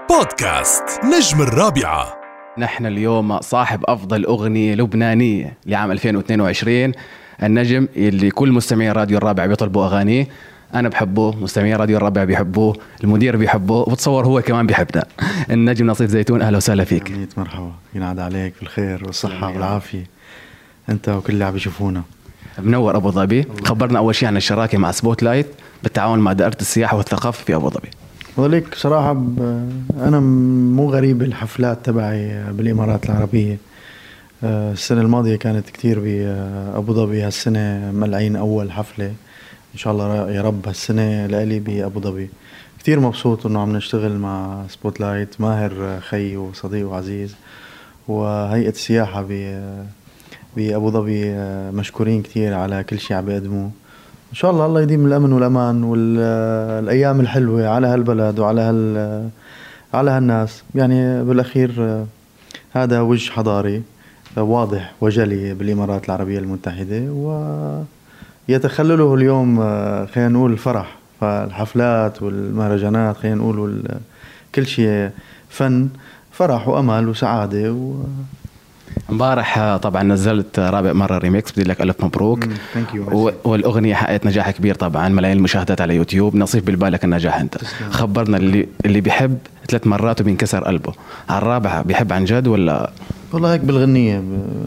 بودكاست نجم الرابعة. نحن اليوم صاحب أفضل أغنية لبنانية لعام 2022، النجم اللي كل مستمعي راديو الرابع بيطلبوا أغانيه. أنا بحبه، مستمعي راديو الرابع بيحبوه، المدير بيحبه، وبتصور هو كمان بيحبنا. النجم نصيف زيتون، أهلا وسهلا فيك. مرحبا، ينعاد عليك بالخير والصحة والعافية أنت وكل اللي عم يشوفونا. منور أبو ظبي. خبرنا أول شيء عن الشراكة مع سبوت لايت بالتعاون مع دائرة السياحة والثقافة في أبو ظبي. وليك صراحة أنا مو غريب الحفلات تبعي بالإمارات العربية. السنة الماضية كانت كتير بأبو ظبي، هالسنة ملعين أول حفلة إن شاء الله يا رب هالسنة لإلي بأبو ظبي. كتير مبسوط إنه عم نشتغل مع سبوت لايت، ماهر خي وصديق وعزيز، وهيئة السياحة بأبو ظبي مشكورين كتير على كل شيء عم بيقدموه. إن شاء الله الله يديم الأمن والأمان والأيام الحلوة على هالبلد وعلى على هالناس. يعني بالأخير هذا وجه حضاري واضح وجلي بالإمارات العربية المتحدة، ويتخلله اليوم خلينا نقول الفرح. فالحفلات والمهرجانات خلينا نقول كل شيء فن، فرح وأمل وسعادة امبارح طبعا نزلت رابع مرة ريميكس، بدي لك ألف مبروك. والأغنية حققت نجاح كبير طبعا، ملايين المشاهدات على يوتيوب. نصيف بالبالك النجاح أنت. خبرنا اللي بيحب 3 مرات وبينكسر قلبه، على الرابعة بيحب عن جد ولا؟ والله هيك بالغنية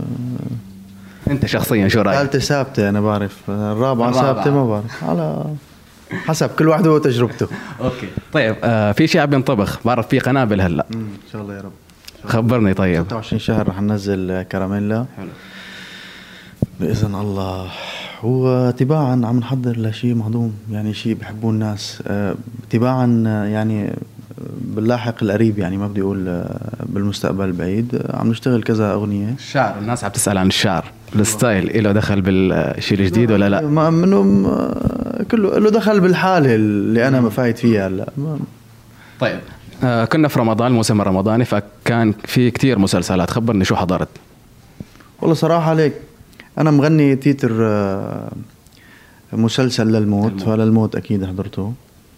أنت شخصيا شو رأيك؟ قالت ثابتة، أنا بعرف الرابعة ثابتة، ما بعرف، على حسب كل واحد وتجربته. أوكي طيب، في شيء عم ينطبخ، بعرف في قنابل هلأ إن شاء الله يا رب. خبرني. طيب 26 شهر رح ننزل كراميلا. حلو. بإذن الله. هو تباعا عم نحضر لشيء مهضوم، يعني شيء بحبوه الناس تباعا، يعني باللاحق القريب، يعني ما بدي أقول بالمستقبل البعيد. عم نشتغل كذا أغنية. الشعر، الناس عم تسأل عن الشعر، الستايل له دخل بالشيء الجديد ولا لا؟ ما منهم، كله له دخل بالحالة اللي أنا مفايت فيها هلا. طيب كنا في رمضان، الموسم الرمضاني، فكان في كتير مسلسلات. خبرني شو حضرت؟ والله صراحة ليك أنا مغني تيتر مسلسل للموت، فللموت أكيد حضرته،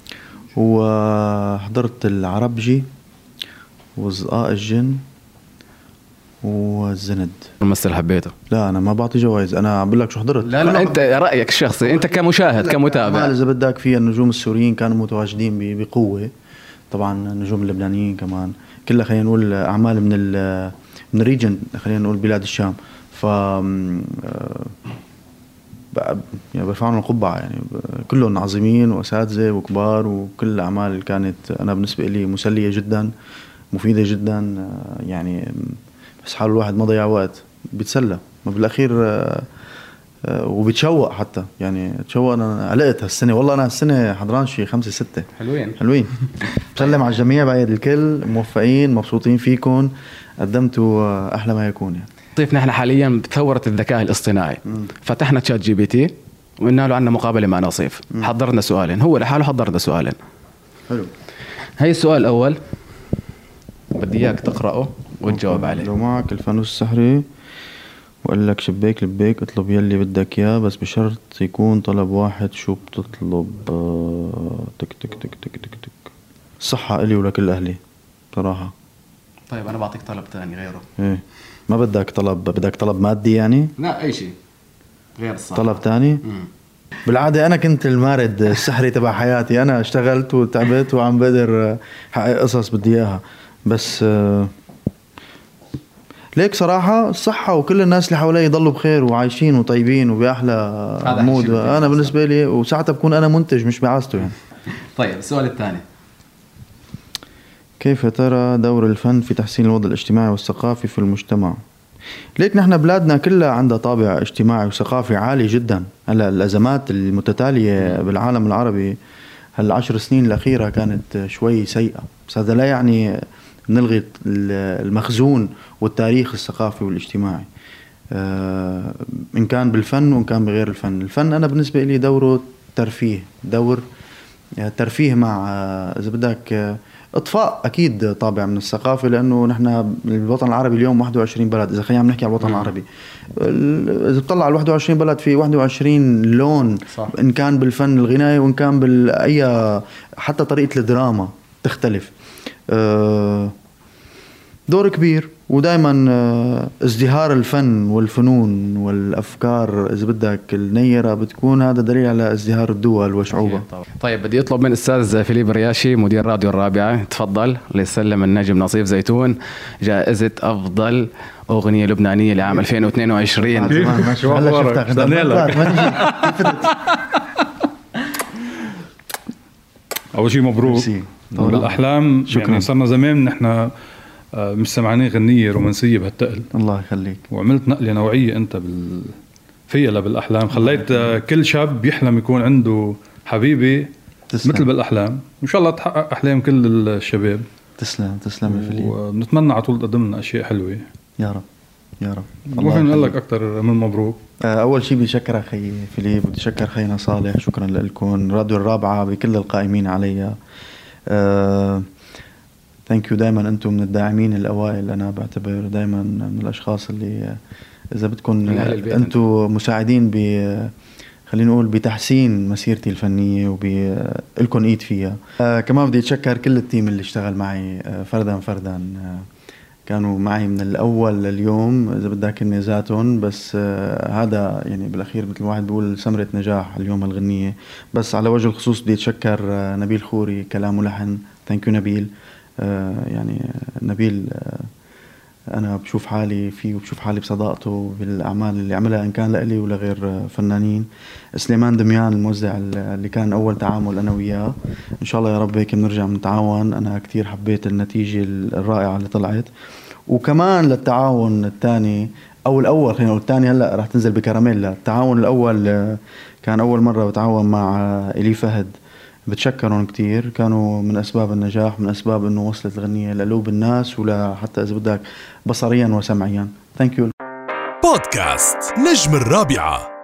وحضرت العربجي وزقاء الجن والزند. الممثل حبيته؟ لا أنا ما بعطي جوائز، أنا أقول لك شو حضرت. لا أنت رأيك الشخصي، أنت كمشاهد كمتابع. إذا بدك فيها النجوم السوريين كانوا متواجدين بقوة، طبعا النجوم اللبنانيين كمان كلها خلينا نقول أعمال من الريجن، خلينا نقول بلاد الشام. ف يعني برفعون القبعة، يعني كلهم عظيمين وأساتذة وكبار، وكل الأعمال كانت أنا بالنسبة لي مسلية جدا، مفيدة جدا. يعني بس حال الواحد ما ضيع وقت، بيتسلى ما بالأخير، وبتشوق حتى، يعني تشوق. أنا علقت هالسنة، والله أنا هالسنة حضران شي 5-6 حلوين. بسلم على الجميع، بعيد الكل موفقين مبسوطين فيكم، قدمتوا أحلى ما يكون. يعني طيب نحن حاليا بثورة الذكاء الاصطناعي، فتحنا تشات جي بي تي وقلنا له عنا مقابلة مع نصيف. حضرنا سؤالين، هو لحاله حضرنا سؤالين. حلو. هاي السؤال الأول بدي إياك تقرأه وتجاوب عليه. لو معك الفانوس السحري وقال لك شبيك لبيك اطلب يلي بدك اياه، بس بشرط يكون طلب واحد، شو بتطلب؟ تك تك تك تك تك تك. الصحة إلي ولكل أهلي صراحة. طيب أنا بعطيك طلب تاني غيره. إيه ما بدك طلب، بدك طلب مادي يعني؟ لا أي شيء غير الصحة. طلب تاني؟ بالعادة أنا كنت المارد السحري تبع حياتي، أنا اشتغلت وتعبت وعم بقدر حقق قصص بدي إياها، بس ليك صراحة الصحة وكل الناس اللي حوالي يضلوا بخير وعايشين وطيبين وبأحلى مود. أنا بالنسبة لي وساعتها بكون أنا منتج مش بعاسته يعني. طيب السؤال الثاني، كيف ترى دور الفن في تحسين الوضع الاجتماعي والثقافي في المجتمع؟ ليك نحن بلادنا كلها عندها طابع اجتماعي وثقافي عالي جدا. هلا الأزمات المتتالية بالعالم العربي هال10 سنين الأخيرة كانت شوي سيئة، بس هذا لا يعني نلغي المخزون والتاريخ الثقافي والاجتماعي، إن كان بالفن وإن كان بغير الفن. الفن أنا بالنسبة لي دوره دور ترفيه مع إذا بدك إطفاء أكيد طابع من الثقافة، لأنه نحن الوطن العربي اليوم 21 بلد. إذا خلينا نحكي على الوطن العربي، إذا بتطلع على 21 بلد في 21 لون صح. إن كان بالفن الغنائي وإن كان بالأي حتى طريقة الدراما تختلف. دور كبير. ودائما ازدهار الفن والفنون والأفكار إذا بدك النيرة بتكون هذا دليل على ازدهار الدول وشعوبها. طيب بدي أطلب من أستاذ فيليب الرياشي مدير راديو الرابعة تفضل ليسلم النجم نصيف زيتون جائزة أفضل أغنية لبنانية لعام 2022. هلا شفتك. أول شيء مبروك بالأحلام. يعني صرنا زمان نحن مش سمعانين غنية رومانسية بهالتقل. الله يخليك. وعملت نقلة نوعية أنت فيها بالأحلام. خليت كل شاب يحلم يكون عنده حبيبي مثل بالأحلام. إن شاء الله تحقق أحلام كل الشباب. تسلم يا فيليب. ونتمنى على طول تقدم لنا أشياء حلوة. يا رب يا رب. الله فين نقول لك أكتر من مبروك. أول شيء بشكر أخي فيليب وبشكر أخينا صالح. شكرا لكم راديو الرابعة بكل القائمين عليها. ثانك يو. دائما أنتم من الداعمين الأوائل. أنا بعتبر دائما من الأشخاص اللي إذا بدكم أنتم مساعدين خلينا نقول بتحسين مسيرتي الفنية وبلكم إيد فيها. كمان بدي أتشكر كل التيم اللي اشتغل معي فردا كانوا معي من الأول لليوم إذا بدك إني ذاتهم. بس هذا يعني بالأخير مثل واحد بيقول ثمرة نجاح اليوم الغنية. بس على وجه الخصوص بدي أتشكر نبيل خوري كلام ولحن. ثانك يو نبيل. يعني نبيل أنا بشوف حالي فيه وبشوف حالي بصداقته بالأعمال اللي عملها إن كان لإلي ولا غير فنانين. سليمان دميان الموزع اللي كان أول تعامل أنا وياه. إن شاء الله يا رب هيك بنرجع نتعاون. أنا كتير حبيت النتيجة الرائعة اللي طلعت. وكمان للتعاون الثاني أو الأول خلينا نقول الثاني هلأ رح تنزل بكراميل. التعاون الأول كان أول مرة بتعاون مع إلي فهد. بتشكرهم كتير. كانوا من أسباب النجاح من أسباب أنه وصلت الغنية لقلوب الناس ولا حتى إذا بدك بصريا وسمعيا. Thank you. بودكاست نجم الرابعة.